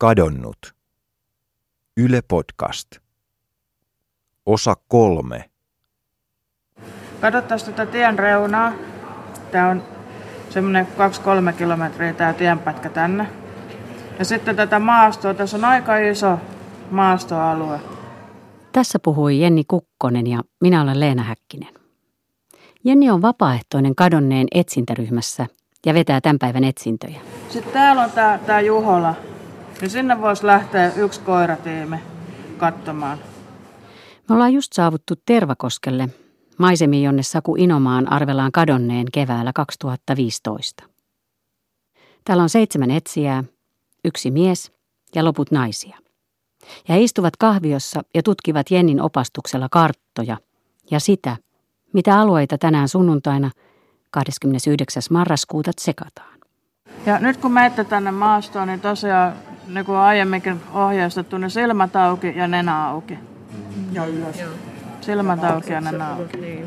Kadonnut. Yle Podcast. Osa 3. Katsottaisiin tätä tien reunaa. Tämä on semmoinen 2-3 kilometriä tämä tienpätkä tänne. Ja sitten tätä maastoa. Tässä on aika iso maastoalue. Tässä puhui Jenni Kukkonen ja minä olen Leena Häkkinen. Jenni on vapaaehtoinen kadonneen etsintäryhmässä ja vetää tämän päivän etsintöjä. Sitten täällä on tämä Juhola. Ja sinne voisi lähteä yksi koiratiimi katsomaan. Me ollaan just saavuttu Tervakoskelle, maisemiin, jonne Saku Inomaan arvellaan kadonneen keväällä 2015. Täällä on 7 etsijää, 1 mies ja loput naisia. Ja he istuvat kahviossa ja tutkivat Jennin opastuksella karttoja ja sitä, mitä alueita tänään sunnuntaina 29. marraskuuta tsekataan. Ja nyt kun menette tänne maastoon, niin tosiaan, niin kuin aiemminkin ohjeistettu, niin silmät auki ja nenä auki. Ja ylös. Joo. Silmät auki ja nenä auki. Niin.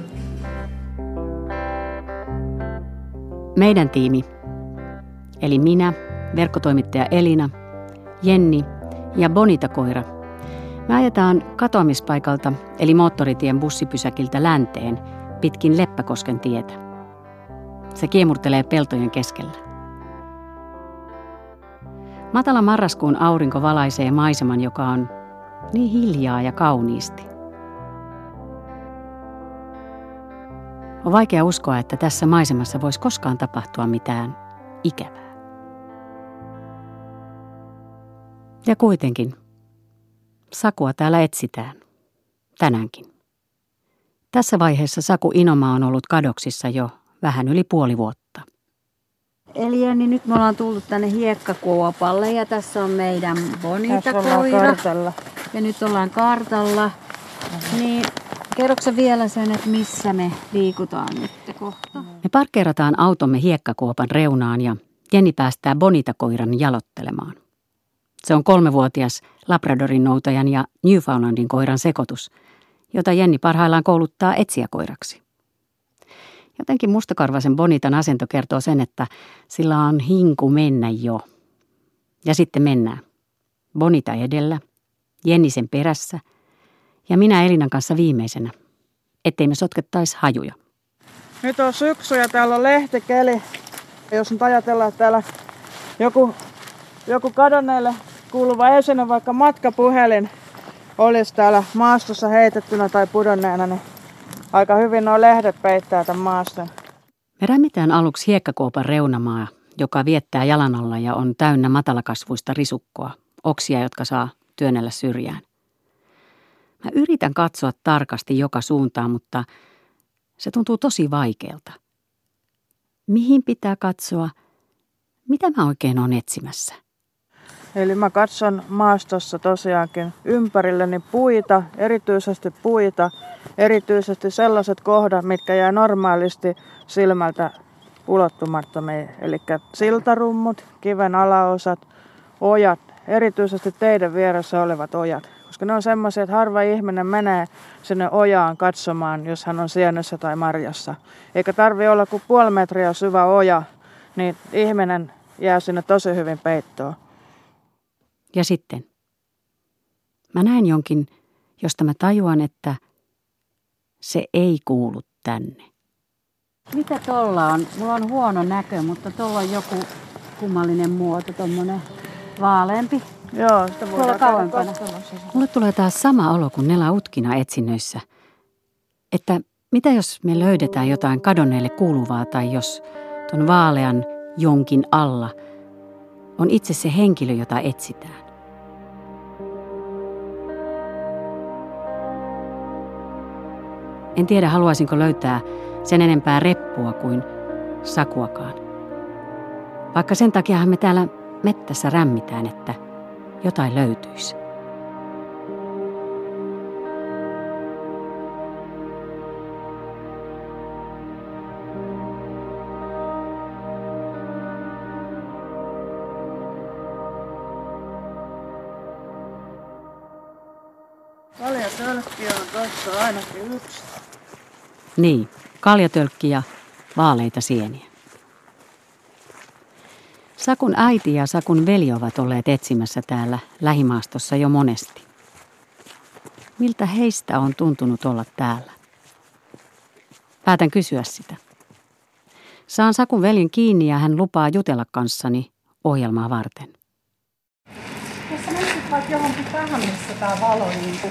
Meidän tiimi, eli minä, verkkotoimittaja Elina, Jenni ja Bonita-koira, me ajetaan katoamispaikalta, eli moottoritien bussipysäkiltä länteen, pitkin Leppäkosken tietä. Se kiemurtelee peltojen keskellä. Matala marraskuun aurinko valaisee maiseman, joka on niin hiljaa ja kauniisti. On vaikea uskoa, että tässä maisemassa voisi koskaan tapahtua mitään ikävää. Ja kuitenkin, Sakua täällä etsitään. Tänäänkin. Tässä vaiheessa Saku Inomaa on ollut kadoksissa jo vähän yli puoli vuotta. Eli Jenni, nyt me ollaan tullut tänne hiekkakuopalle ja tässä on meidän Bonita-koira. Ja nyt ollaan kartalla. Niin, kerroksä vielä sen, että missä me liikutaan nyt kohta? Me parkkeerataan automme hiekkakuopan reunaan ja Jenni päästää Bonita-koiran jalottelemaan. Se on 3-vuotias Labradorin noutajan ja Newfoundlandin koiran sekoitus, jota Jenni parhaillaan kouluttaa etsijäkoiraksi. Jotenkin mustakarvaisen Bonitan asento kertoo sen, että sillä on hinku mennä jo. Ja sitten mennään. Bonita edellä, Jenni sen perässä ja minä Elinan kanssa viimeisenä, ettei me sotkettaisi hajuja. Nyt on syksy ja täällä on lehtikeli. Jos nyt ajatellaan, että täällä joku kadonneelle kuuluva esine, vaikka matkapuhelin, olisi täällä maastossa heitettynä tai pudonneena, niin aika hyvin nuo lehdet peittää tämän maaston. Me rämmitään aluksi hiekkakuopan reunamaa, joka viettää jalan alla ja on täynnä matalakasvuista risukkoa, oksia, jotka saa työnnellä syrjään. Mä yritän katsoa tarkasti joka suuntaan, mutta se tuntuu tosi vaikealta. Mihin pitää katsoa? Mitä mä oikein oon etsimässä? Eli mä katson maastossa tosiaankin ympärilleni puita, erityisesti sellaiset kohdat, mitkä jää normaalisti silmältä ulottumattomiin. Eli siltarummut, kiven alaosat, ojat, erityisesti teidän vieressä olevat ojat. Koska ne on semmoisia, että harva ihminen menee sinne ojaan katsomaan, jos hän on sienessä tai marjassa. Eikä tarvitse olla kuin 0,5 metriä syvä oja, niin ihminen jää sinne tosi hyvin peittoon. Ja sitten. Mä näen jonkin, josta mä tajuan, että se ei kuulu tänne. Mitä tolla on? Mulla on huono näkö, mutta tolla on joku kummallinen muoto, tommonen vaaleampi. Joo, sitä voidaan kauempana. Mulle tulee taas sama olo kuin Nela Utkina etsinnöissä. Että mitä jos me löydetään jotain kadonneelle kuuluvaa tai jos ton vaalean jonkin alla on itse se henkilö, jota etsitään. En tiedä, haluaisinko löytää sen enempää reppua kuin Sakuakaan. Vaikka sen takiahan me täällä mettässä rämmitään, että jotain löytyisi. Kaljatölkki on tuossa ainakin 1. Niin, kaljatölkki ja vaaleita sieniä. Sakun äiti ja Sakun veli ovat olleet etsimässä täällä lähimaastossa jo monesti. Miltä heistä on tuntunut olla täällä? Päätän kysyä sitä. Saan Sakun veljen kiinni ja hän lupaa jutella kanssani ohjelmaa varten. Jos sä menisit vaikka johonkin tähän, missä tää valo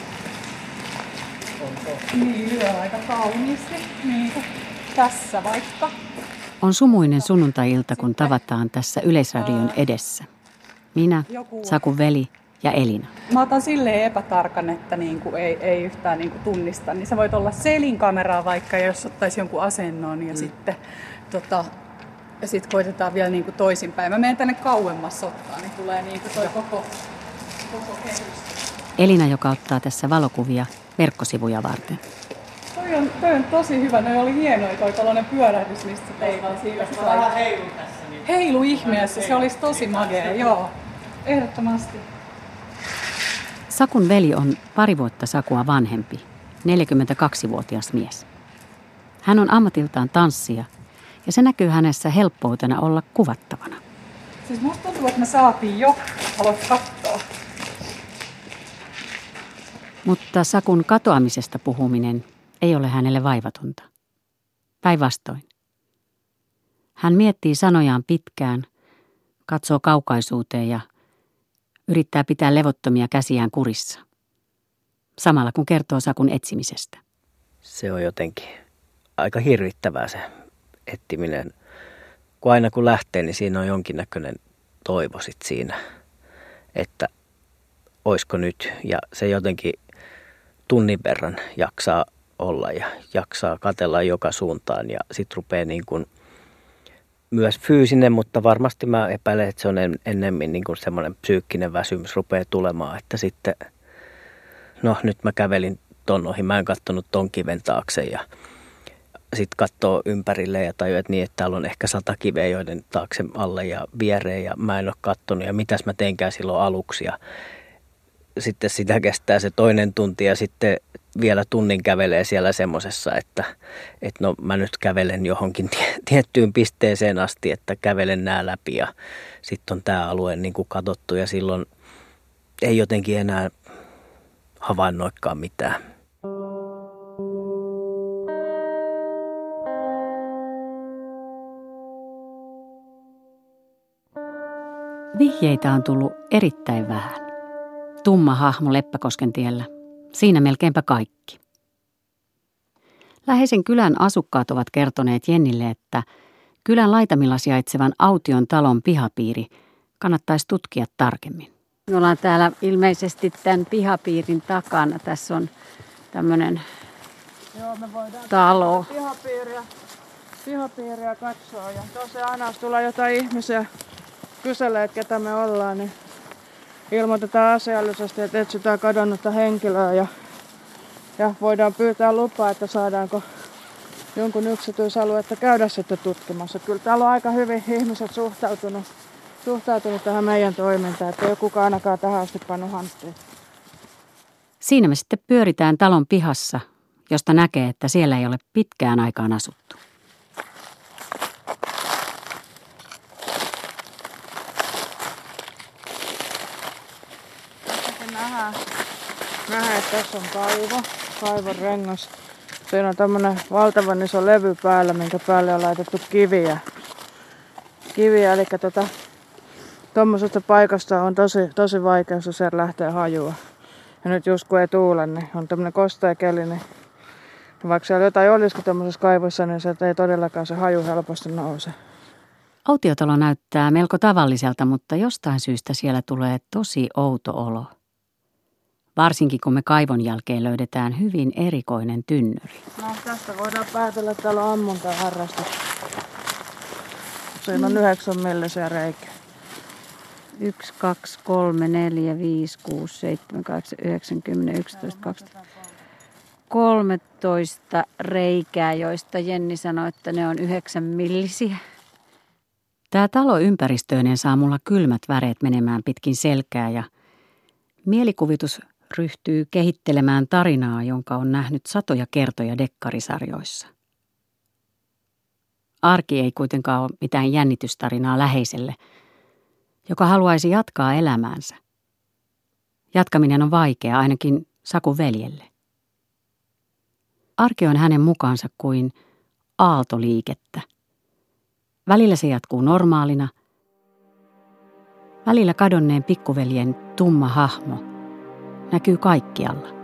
niin lyö aika kauniisti, niin kuin tässä vaikka. On sumuinen sunnuntai-ilta, kun tavataan tässä Yleisradion edessä. Minä, Sakun veli ja Elina. Mä otan silleen epätarkan, että niinku ei yhtään niinku tunnista. Niin sä voit olla selinkameraa vaikka, jos ottaisi jonkun asennon ja sitten koitetaan vielä niinku toisinpäin. Mä menen tänne kauemmas ottaa, niin tulee niinku toi koko kehys. Elina, joka ottaa tässä valokuvia verkkosivuja varten. Toi on tosi hyvä. Noi oli hienoja toi tällainen pyörähdys, mistä teit. Vähän heilun tässä. Niin. Heilu ihmeessä, se olisi tosi magea, joo. Ehdottomasti. Sakun veli on pari vuotta Sakua vanhempi, 42-vuotias mies. Hän on ammatiltaan tanssija ja se näkyy hänessä helppoutena olla kuvattavana. Siis musta tuntuu, että me saatiin jo. Haluat katsoa? Mutta Sakun katoamisesta puhuminen ei ole hänelle vaivatonta. Päinvastoin. Hän miettii sanojaan pitkään, katsoo kaukaisuuteen ja yrittää pitää levottomia käsiään kurissa. Samalla kun kertoo Sakun etsimisestä. Se on jotenkin aika hirvittävää se etsiminen. Kun aina kun lähtee, niin siinä on jonkinnäköinen toivo sit siinä, että oisko nyt. Ja se jotenkin tunnin verran jaksaa olla ja jaksaa katsella joka suuntaan. Ja sitten rupeaa niin kuin myös fyysinen, mutta varmasti mä epäilen, että se on ennemmin niin kuin semmoinen psyykkinen väsymys rupeaa tulemaan. Että sitten, no nyt mä kävelin ton ohi, mä en katsonut ton kiven taakse ja sitten katsoo ympärille ja tajuu, että että täällä on ehkä 100 kiveä, joiden taakse alle ja viereen ja mä en ole katsonut ja mitäs mä teinkään silloin aluksi. Ja sitten sitä kestää se toinen tunti ja sitten vielä tunnin kävelee siellä semmosessa, että no mä nyt kävelen johonkin tiettyyn pisteeseen asti, että kävelen nää läpi ja sitten on tää alue niin kuin katsottu ja silloin ei jotenkin enää havainnoikaan mitään. Vihjeitä on tullut erittäin vähän. Tumma hahmo Leppäkosken tiellä. Siinä melkeinpä kaikki. Läheisen kylän asukkaat ovat kertoneet Jennille, että kylän laitamilla sijaitsevan Aution talon pihapiiri kannattaisi tutkia tarkemmin. Me ollaan täällä ilmeisesti tämän pihapiirin takana. Tässä on tämmöinen talo. Pihapiiriä katsoa. Ja tosiaan aina jos tulee jotain ihmisiä kyselee, että ketä me ollaan, niin ilmoitetaan asiallisesti, että etsitään kadonnutta henkilöä ja voidaan pyytää lupaa, että saadaanko jonkun yksityisaluetta käydä sitten tutkimassa. Kyllä täällä on aika hyvin ihmiset suhtautunut tähän meidän toimintaan, että ei ole kukaan ainakaan tähän asti pannut hanttiin. Siinä me sitten pyöritään talon pihassa, josta näkee, että siellä ei ole pitkään aikaan asuttu. Nähdään, että tässä on kaivon rengas. Siinä on tämmönen valtavan iso levy päällä, minkä päälle on laitettu kiviä. Eli tommosesta paikasta on tosi vaikea, jos se lähtee hajua. Ja nyt just kun ei tuule, niin on tämmönen kostea keli, niin vaikka siellä jotain olisikin tommosessa kaivossa, niin se ei todellakaan se haju helposti nouse. Autiotalo näyttää melko tavalliselta, mutta jostain syystä siellä tulee tosi outo olo. Varsinkin kun me kaivon jälkeen löydetään hyvin erikoinen tynnyri. No tästä voidaan päätellä, että täällä on ammuntaa harrastus. Siinä on 9 millisiä reikiä. 1, 2, 3, 4, 5, 6, 7, 8, 9, 10, 11, 12, 13 reikää, joista Jenni sanoi, että ne on 9 millisiä. Tämä talo ympäristöinen saa mulla kylmät väreet menemään pitkin selkää ja mielikuvitus ryhtyy kehittelemään tarinaa, jonka on nähnyt satoja kertoja dekkarisarjoissa. Arki ei kuitenkaan ole mitään jännitystarinaa läheiselle, joka haluaisi jatkaa elämäänsä. Jatkaminen on vaikeaa ainakin Sakun veljelle. Arki on hänen mukaansa kuin aaltoliikettä. Välillä se jatkuu normaalina. Välillä kadonneen pikkuveljen tumma hahmo näkyy kaikkialla.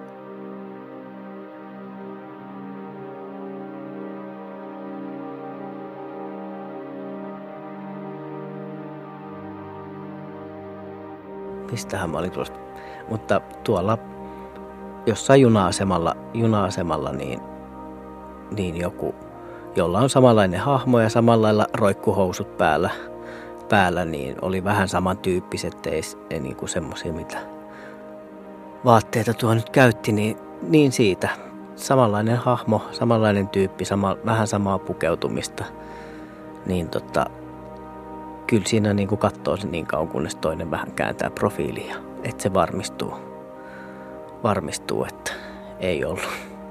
Mistähän mä olin tulossa? Mutta tuolla jossain juna-asemalla niin joku, jolla on samanlainen hahmo ja samanlailla roikkuhousut päällä, niin oli vähän samantyyppiset, ei niin kuin semmoisia, mitä vaatteita tuo nyt käytti, niin siitä. Samanlainen hahmo, samanlainen tyyppi, vähän samaa pukeutumista, niin kyllä siinä niin kuin katsoo sen niin kauan, kunnes toinen vähän kääntää profiilia, että se varmistuu, että ei ollut.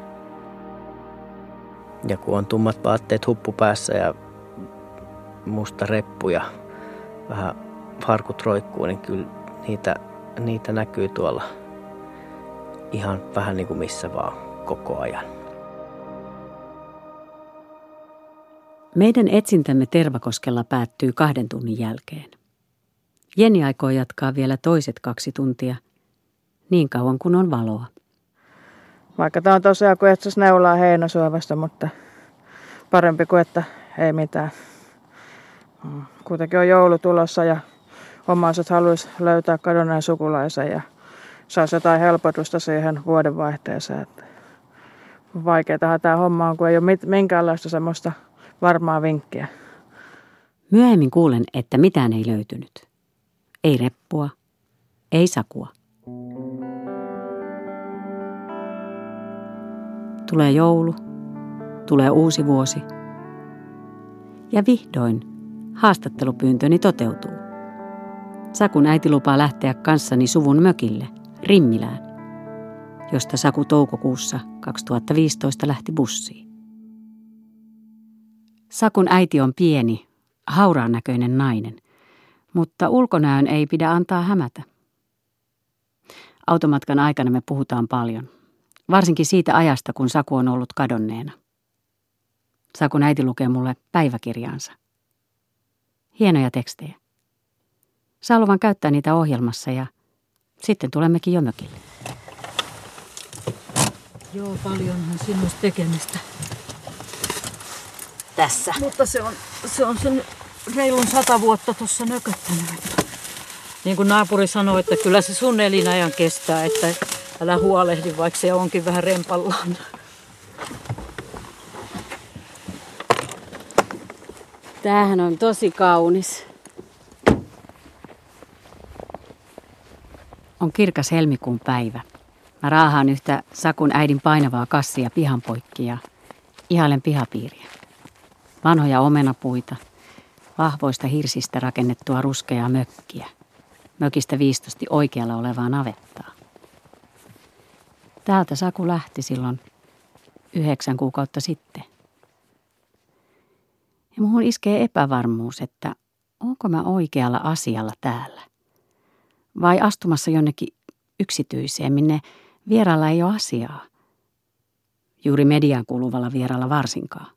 Ja kun on tummat vaatteet huppu päässä ja musta reppu ja vähän farkut roikkuu, niin kyllä niitä näkyy tuolla ihan vähän niin kuin missä vaan koko ajan. Meidän etsintämme Tervakoskella päättyy 2 tunnin jälkeen. Jenni aikoo jatkaa vielä toiset 2 tuntia, niin kauan kuin on valoa. Vaikka tämä on tosiaan kuin etsäs neulaa heinäsuovasta, mutta parempi kuin että ei mitään. Kuitenkin on joulu tulossa ja omaiset haluaisi löytää kadonneen sukulaisen ja saisi jotain helpotusta siihen vuodenvaihteeseen. Vaikeatahan tämä homma on, kun ei ole minkäänlaista semmoista varmaa vinkkiä. Myöhemmin kuulen, että mitään ei löytynyt. Ei reppua, ei Sakua. Tulee joulu, tulee uusi vuosi. Ja vihdoin haastattelupyyntöni toteutuu. Sakun äiti lupaa lähteä kanssani suvun mökille, Rimmilään, josta Saku toukokuussa 2015 lähti bussiin. Sakun äiti on pieni, hauraan näköinen nainen, mutta ulkonäön ei pidä antaa hämätä. Automatkan aikana me puhutaan paljon, varsinkin siitä ajasta, kun Saku on ollut kadonneena. Sakun äiti lukee mulle päiväkirjaansa. Hienoja tekstejä. Saa luvan käyttää niitä ohjelmassa ja sitten tulemmekin jo mökille. Joo, paljonhan siinä olisi tekemistä. Tässä. Mutta se on sen reilun 100 vuotta tuossa nököttänyt. Niin kuin naapuri sanoi, että kyllä se sun elinajan kestää, että älä huolehdi, vaikka se onkin vähän rempallaan. Tämähän on tosi kaunis. On kirkas helmikuun päivä. Mä raahaan yhtä Sakun äidin painavaa kassia pihan poikki ja ihailen pihapiiriä. Vanhoja omenapuita, vahvoista hirsistä rakennettua ruskeaa mökkiä. Mökistä viistosti oikealla olevaa navettaa. Täältä Saku lähti silloin 9 kuukautta sitten. Ja muhun iskee epävarmuus, että onko mä oikealla asialla täällä. Vai astumassa jonnekin yksityiseen, minne vieraalla ei ole asiaa. Juuri mediaan kuuluvalla vieraalla varsinkaan.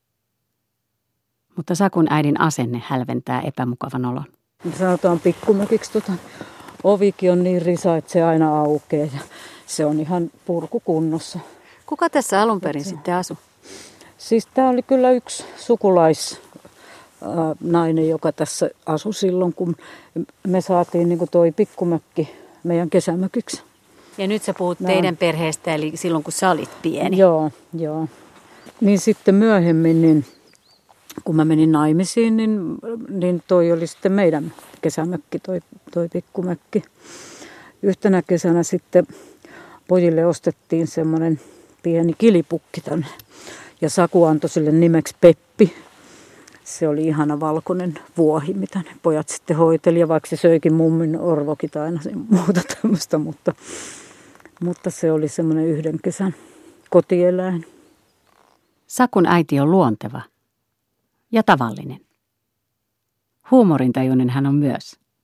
Mutta Sakun äidin asenne hälventää epämukavan olon. Sanotaan pikkumökiksi, ovikin on niin risa, että se aina aukeaa ja se on ihan purkukunnossa. Kuka tässä alun perin sitten asui? Siis tämä oli kyllä yksi sukulaisnainen, joka tässä asui silloin, kun me saatiin niin kuin toi pikkumökki meidän kesämökiksi. Ja nyt sä puhut teidän perheestä, eli silloin kun sä olit pieni. Joo. Niin sitten myöhemmin, niin kun mä menin naimisiin, niin toi oli sitten meidän kesämökki, toi pikkumökki. Yhtenä kesänä sitten pojille ostettiin semmoinen pieni kilipukki tänne. Ja Saku antoi sille nimeksi Peppi. Se oli ihana valkoinen vuohi, mitä ne pojat sitten hoiteli. Ja vaikka se söikin mummin orvokit aina muuta tämmöistä, mutta se oli semmoinen 1 kesän kotieläin. Sakun äiti on luonteva ja tavallinen. Huumorintajuinen hän on myös.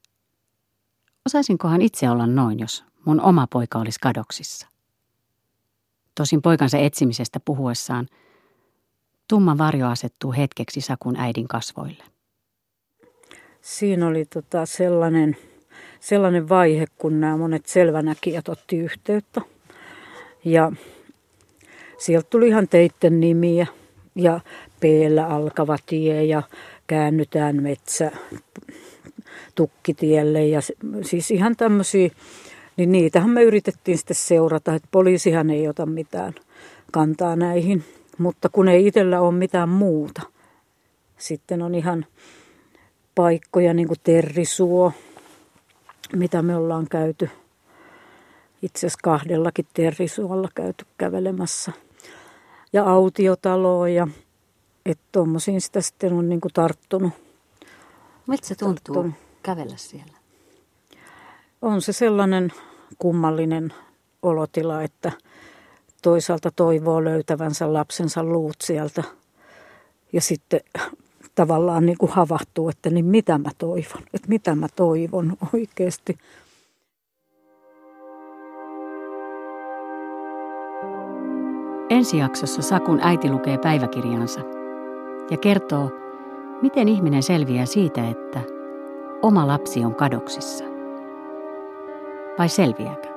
Osaisinkohan itse olla noin, jos mun oma poika olisi kadoksissa? Tosin poikansa etsimisestä puhuessaan tumma varjo asettuu hetkeksi Sakun äidin kasvoille. Siinä oli sellainen vaihe, kun nämä monet selvänäkijät otti yhteyttä. Ja sieltä tuli ihan teitten nimiä ja P-llä alkava tie ja käännytään tukkitielle ja siis ihan tämmöisiä, niin niitähän me yritettiin sitten seurata, että poliisihan ei ota mitään kantaa näihin, mutta kun ei itsellä ole mitään muuta. Sitten on ihan paikkoja niin kuin Terrisuo, mitä me ollaan käyty, itse asiassa 2 Terrisuolla käyty kävelemässä ja autiotaloa ja että tuommoisiin sitä sitten on niin kuin tarttunut. Miltä se tuntuu kävellä siellä? On se sellainen kummallinen olotila, että toisaalta toivoo löytävänsä lapsensa luut sieltä ja sitten tavallaan niin kuin havahtuu, että niin mitä mä toivon oikeasti. Ensi jaksossa Sakun äiti lukee päiväkirjaansa ja kertoo, miten ihminen selviää siitä, että oma lapsi on kadoksissa. Vai selviääkö?